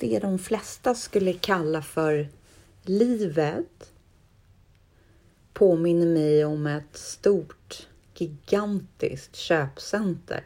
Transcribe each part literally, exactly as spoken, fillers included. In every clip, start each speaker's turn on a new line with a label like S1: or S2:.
S1: det de flesta skulle kalla för livet påminner mig om ett stort, gigantiskt köpcenter.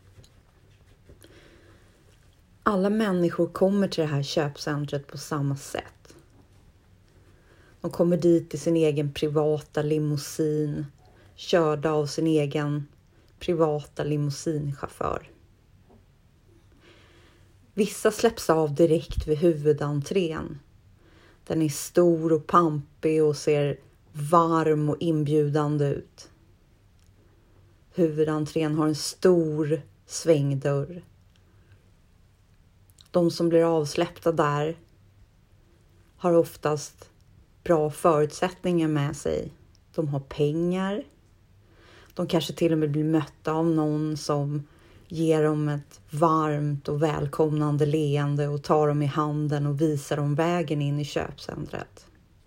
S1: Alla människor kommer till det här köpcentret på samma sätt. De kommer dit i sin egen privata limousin, körda av sin egen privata limousinchaufför. Vissa släpps av direkt vid huvudentrén. Den är stor och pampig och ser varm och inbjudande ut. Huvudentrén har en stor svängdörr. De som blir avsläppta där har oftast bra förutsättningar med sig. De har pengar. De kanske till och med blir mötta av någon som ger dem ett varmt och välkomnande leende och tar dem i handen och visar dem vägen in i köpcentret.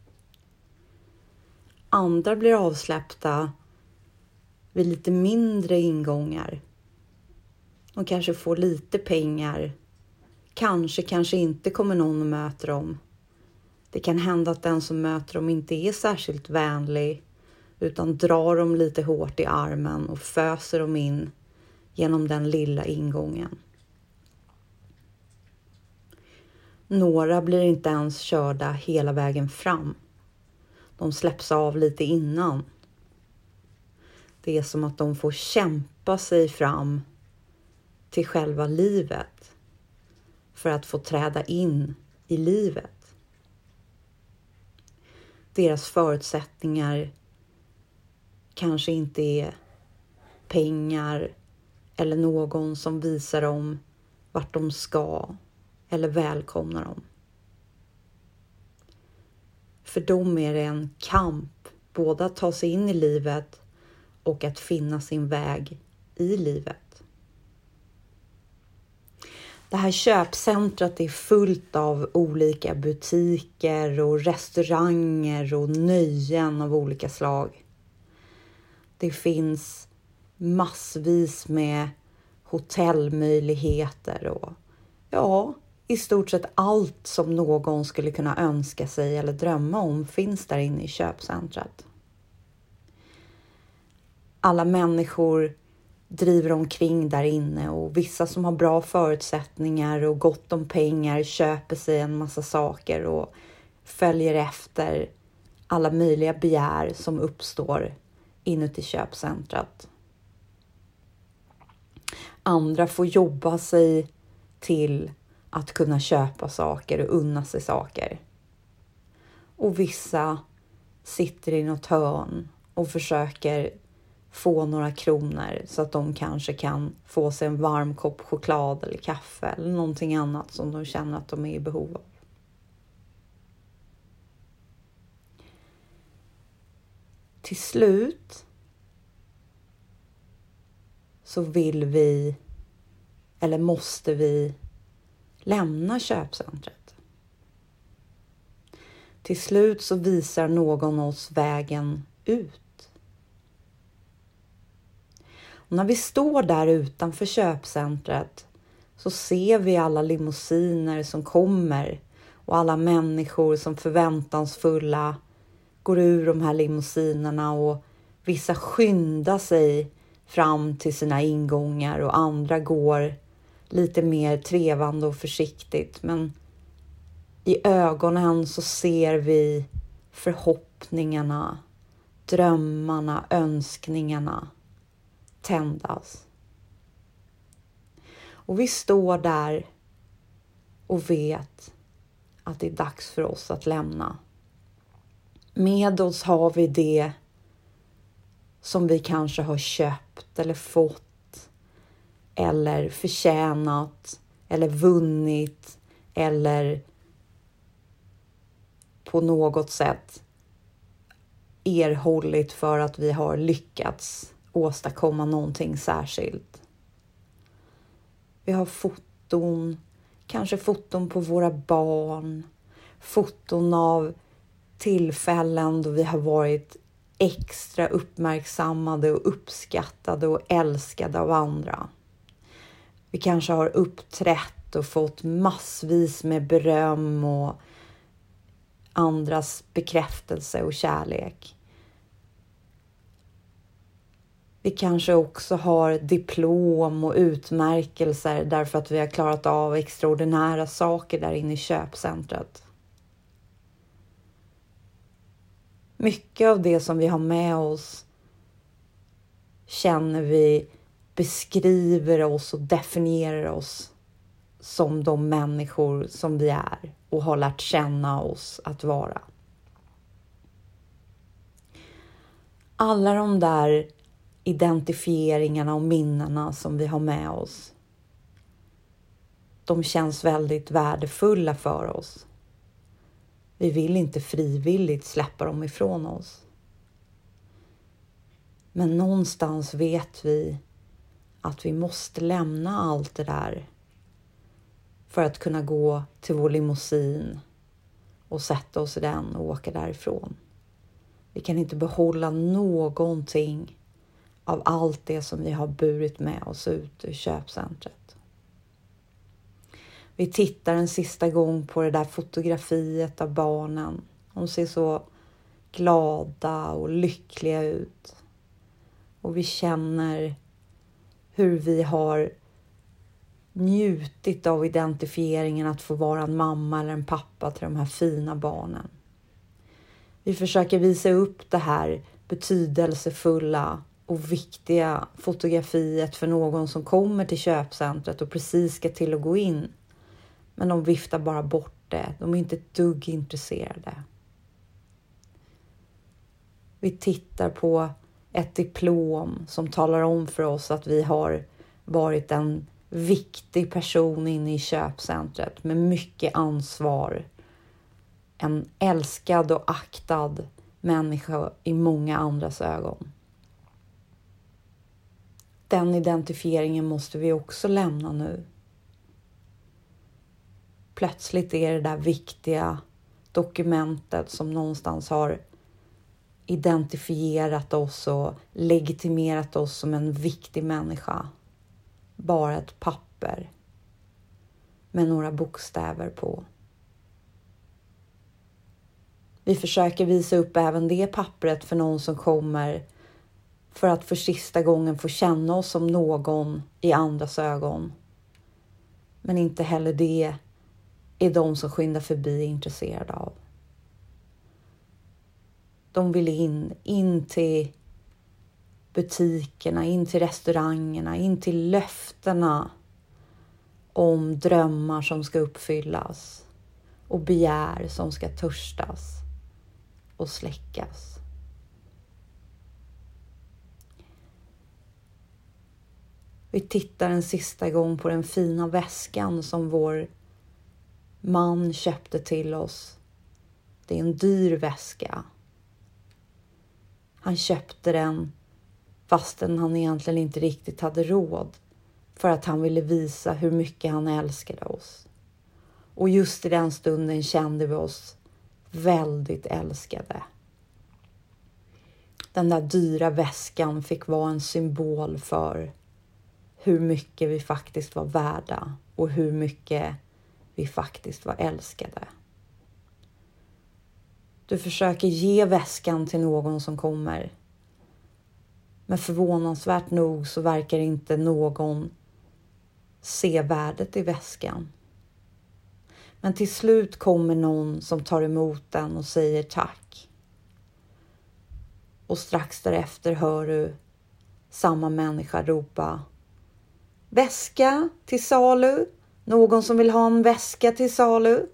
S1: Andra blir avsläppta vid lite mindre ingångar. De kanske får lite pengar. Kanske, kanske inte kommer någon och möter dem. Det kan hända att den som möter dem inte är särskilt vänlig utan drar dem lite hårt i armen och föser dem in genom den lilla ingången. Några blir inte ens körda hela vägen fram. De släpps av lite innan. Det är som att de får kämpa sig fram till själva livet för att få träda in i livet. Deras förutsättningar kanske inte är pengar eller någon som visar dem vart de ska eller välkomnar dem. För dem är det en kamp både att ta sig in i livet och att finna sin väg i livet. Det här köpcentret är fullt av olika butiker och restauranger och nöjen av olika slag. Det finns massvis med hotellmöjligheter och ja, i stort sett allt som någon skulle kunna önska sig eller drömma om finns där inne i köpcentret. Alla människor driver omkring där inne och vissa som har bra förutsättningar och gott om pengar köper sig en massa saker och följer efter alla möjliga begär som uppstår inuti köpcentret. Andra får jobba sig till att kunna köpa saker och unna sig saker. Och vissa sitter i något hörn och försöker få några kronor så att de kanske kan få sig en varm kopp choklad eller kaffe eller någonting annat som de känner att de är i behov av. Till slut så vill vi eller måste vi lämna köpcentret. Till slut så visar någon oss vägen ut. Och när vi står där utanför köpcentret så ser vi alla limousiner som kommer och alla människor som förväntansfulla går ur de här limousinerna och vissa skyndar sig fram till sina ingångar och andra går lite mer trevande och försiktigt. Men i ögonen så ser vi förhoppningarna, drömmarna, önskningarna tändas. Och vi står där och vet att det är dags för oss att lämna. Med oss har vi det som vi kanske har köpt eller fått eller förtjänat eller vunnit eller på något sätt erhållit för att vi har lyckats åstadkomma någonting särskilt. Vi har foton, kanske foton på våra barn, foton av tillfällen då vi har varit extra uppmärksammade och uppskattade och älskade av andra. Vi kanske har uppträtt köpt och fått massvis med beröm och andras bekräftelse och kärlek. Vi kanske också har diplom och utmärkelser därför att vi har klarat av extraordinära saker där inne i köpcentret. Mycket av det som vi har med oss känner vi beskriver oss och definierar oss som de människor som vi är och har lärt känna oss att vara. Alla de där identifieringarna och minnena som vi har med oss, de känns väldigt värdefulla för oss. Vi vill inte frivilligt släppa dem ifrån oss. Men någonstans vet vi att vi måste lämna allt det där för att kunna gå till vår limousin och sätta oss i den och åka därifrån. Vi kan inte behålla någonting av allt det som vi har burit med oss ut ur köpcentret. Vi tittar en sista gång på det där fotografiet av barnen. De ser så glada och lyckliga ut. Och vi känner hur vi har njutit av identifieringen att få vara en mamma eller en pappa till de här fina barnen. Vi försöker visa upp det här betydelsefulla och viktiga fotografiet för någon som kommer till köpcentret och precis ska till att gå in. Men de viftar bara bort det. De är inte ett dugg intresserade. Vi tittar på ett diplom som talar om för oss att vi har varit en viktig person inne i köpcentret med mycket ansvar. En älskad och aktad människa i många andras ögon. Den identifieringen måste vi också lämna nu. Plötsligt är det där viktiga dokumentet som någonstans har identifierat oss och legitimerat oss som en viktig människa. Bara ett papper med några bokstäver på. Vi försöker visa upp även det pappret för någon som kommer för att för sista gången få känna oss som någon i andras ögon. Men inte heller det är de som skyndar förbi intresserade av. De vill in, in till butikerna, in till restaurangerna, in till löftena om drömmar som ska uppfyllas och begär som ska törstas och släckas. Vi tittar en sista gång på den fina väskan som vår man köpte till oss. Det är en dyr väska. Han köpte den fastän han egentligen inte riktigt hade råd, för att han ville visa hur mycket han älskade oss. Och just i den stunden kände vi oss väldigt älskade. Den där dyra väskan fick vara en symbol för hur mycket vi faktiskt var värda och hur mycket vi faktiskt var älskade. Du försöker ge väskan till någon som kommer. Men förvånansvärt nog så verkar inte någon se värdet i väskan. Men till slut kommer någon som tar emot den och säger tack. Och strax därefter hör du samma människa ropa: väska till salu? Någon som vill ha en väska till salu?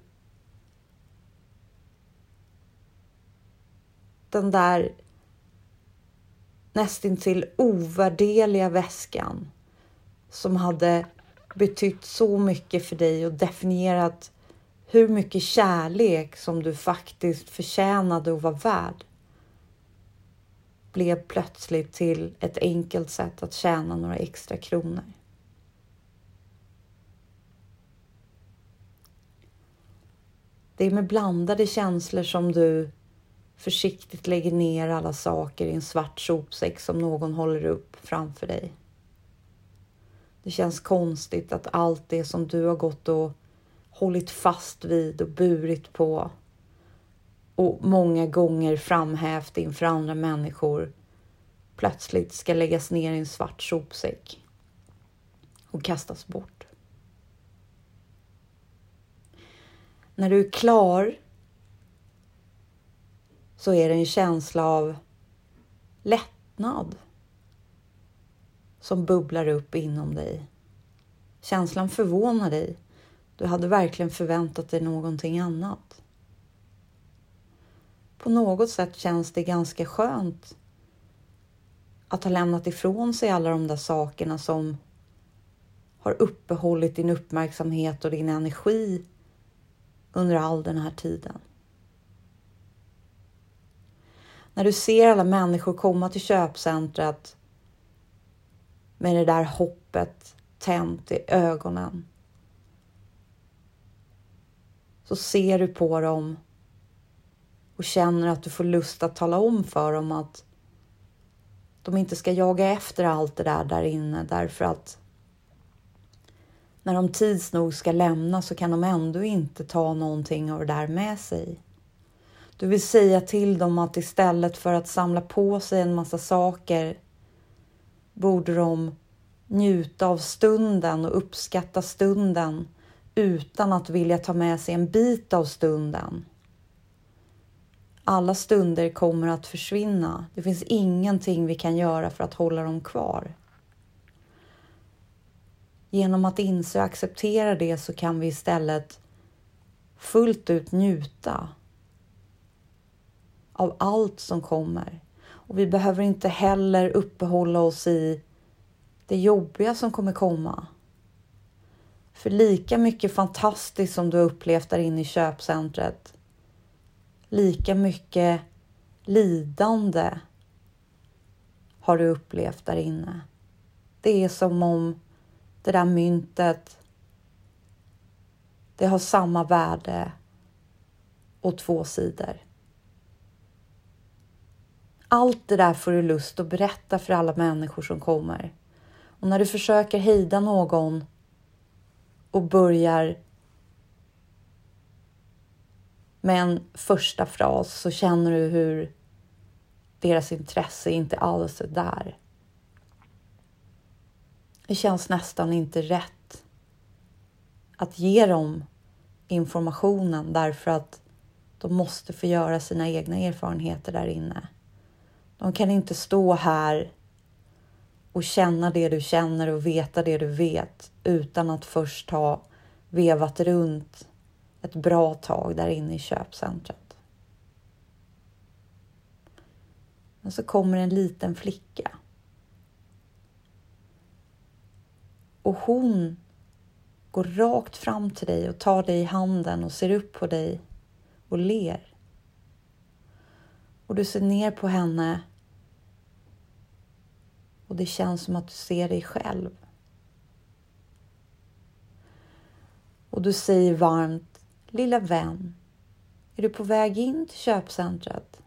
S1: Den där nästintill ovärdeliga väskan som hade betytt så mycket för dig och definierat hur mycket kärlek som du faktiskt förtjänade och var värd, blev plötsligt till ett enkelt sätt att tjäna några extra kronor. Det är med blandade känslor som du försiktigt lägger ner alla saker i en svart sopsäck som någon håller upp framför dig. Det känns konstigt att allt det som du har gått och hållit fast vid och burit på och många gånger framhävt inför andra människor plötsligt ska läggas ner i en svart sopsäck och kastas bort. När du är klar så är det en känsla av lättnad som bubblar upp inom dig. Känslan förvånar dig. Du hade verkligen förväntat dig någonting annat. På något sätt känns det ganska skönt att ha lämnat ifrån sig alla de där sakerna som har uppehållit din uppmärksamhet och din energi under all den här tiden. När du ser alla människor komma till köpcentret med det där hoppet tänt i ögonen, så ser du på dem och känner att du får lust att tala om för dem att de inte ska jaga efter allt det där där inne, därför att när de tids nog ska lämna så kan de ändå inte ta någonting av det där med sig. Du vill säga till dem att istället för att samla på sig en massa saker borde de njuta av stunden och uppskatta stunden utan att vilja ta med sig en bit av stunden. Alla stunder kommer att försvinna. Det finns ingenting vi kan göra för att hålla dem kvar. Genom att inse och acceptera det så kan vi istället fullt ut njuta av allt som kommer. Och vi behöver inte heller uppehålla oss i det jobbiga som kommer komma. För lika mycket fantastiskt som du har upplevt där inne i köpcentret, lika mycket lidande har du upplevt där inne. Det är som om det där myntet, det har samma värde och två sidor. Allt det där får du lust att berätta för alla människor som kommer. Och när du försöker hejda någon och börjar med en första fras så känner du hur deras intresse inte alls är där. Det känns nästan inte rätt att ge dem informationen därför att de måste få göra sina egna erfarenheter där inne. De kan inte stå här och känna det du känner och veta det du vet utan att först ha vevat runt ett bra tag där inne i köpcentret. Men så kommer en liten flicka. Och hon går rakt fram till dig och tar dig i handen och ser upp på dig och ler. Och du ser ner på henne och det känns som att du ser dig själv. Och du säger varmt: lilla vän, är du på väg in till köpcentret?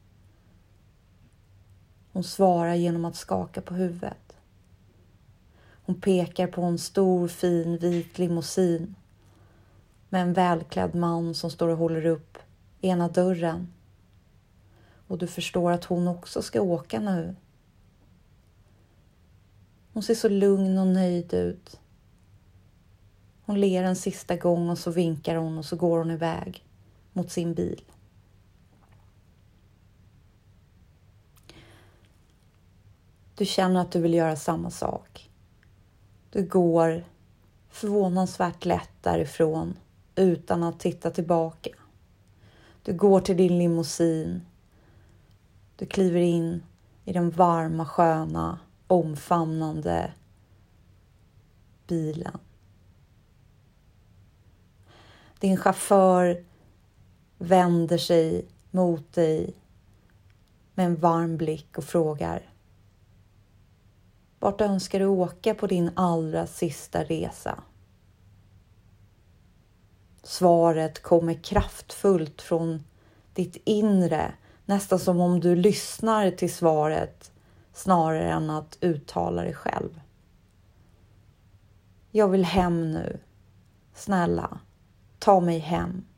S1: Hon svarar genom att skaka på huvudet. Hon pekar på en stor fin vit limousin med en välklädd man som står och håller upp ena dörren. Och du förstår att hon också ska åka nu. Hon ser så lugn och nöjd ut. Hon ler en sista gång och så vinkar hon och så går hon iväg mot sin bil. Du känner att du vill göra samma sak. Du går förvånansvärt lätt därifrån utan att titta tillbaka. Du går till din limousin. Du kliver in i den varma, sköna, omfamnande bilen. Din chaufför vänder sig mot dig med en varm blick och frågar: vart önskar du åka på din allra sista resa? Svaret kommer kraftfullt från ditt inre, nästan som om du lyssnar till svaret snarare än att uttala det själv. Jag vill hem nu. Snälla, ta mig hem.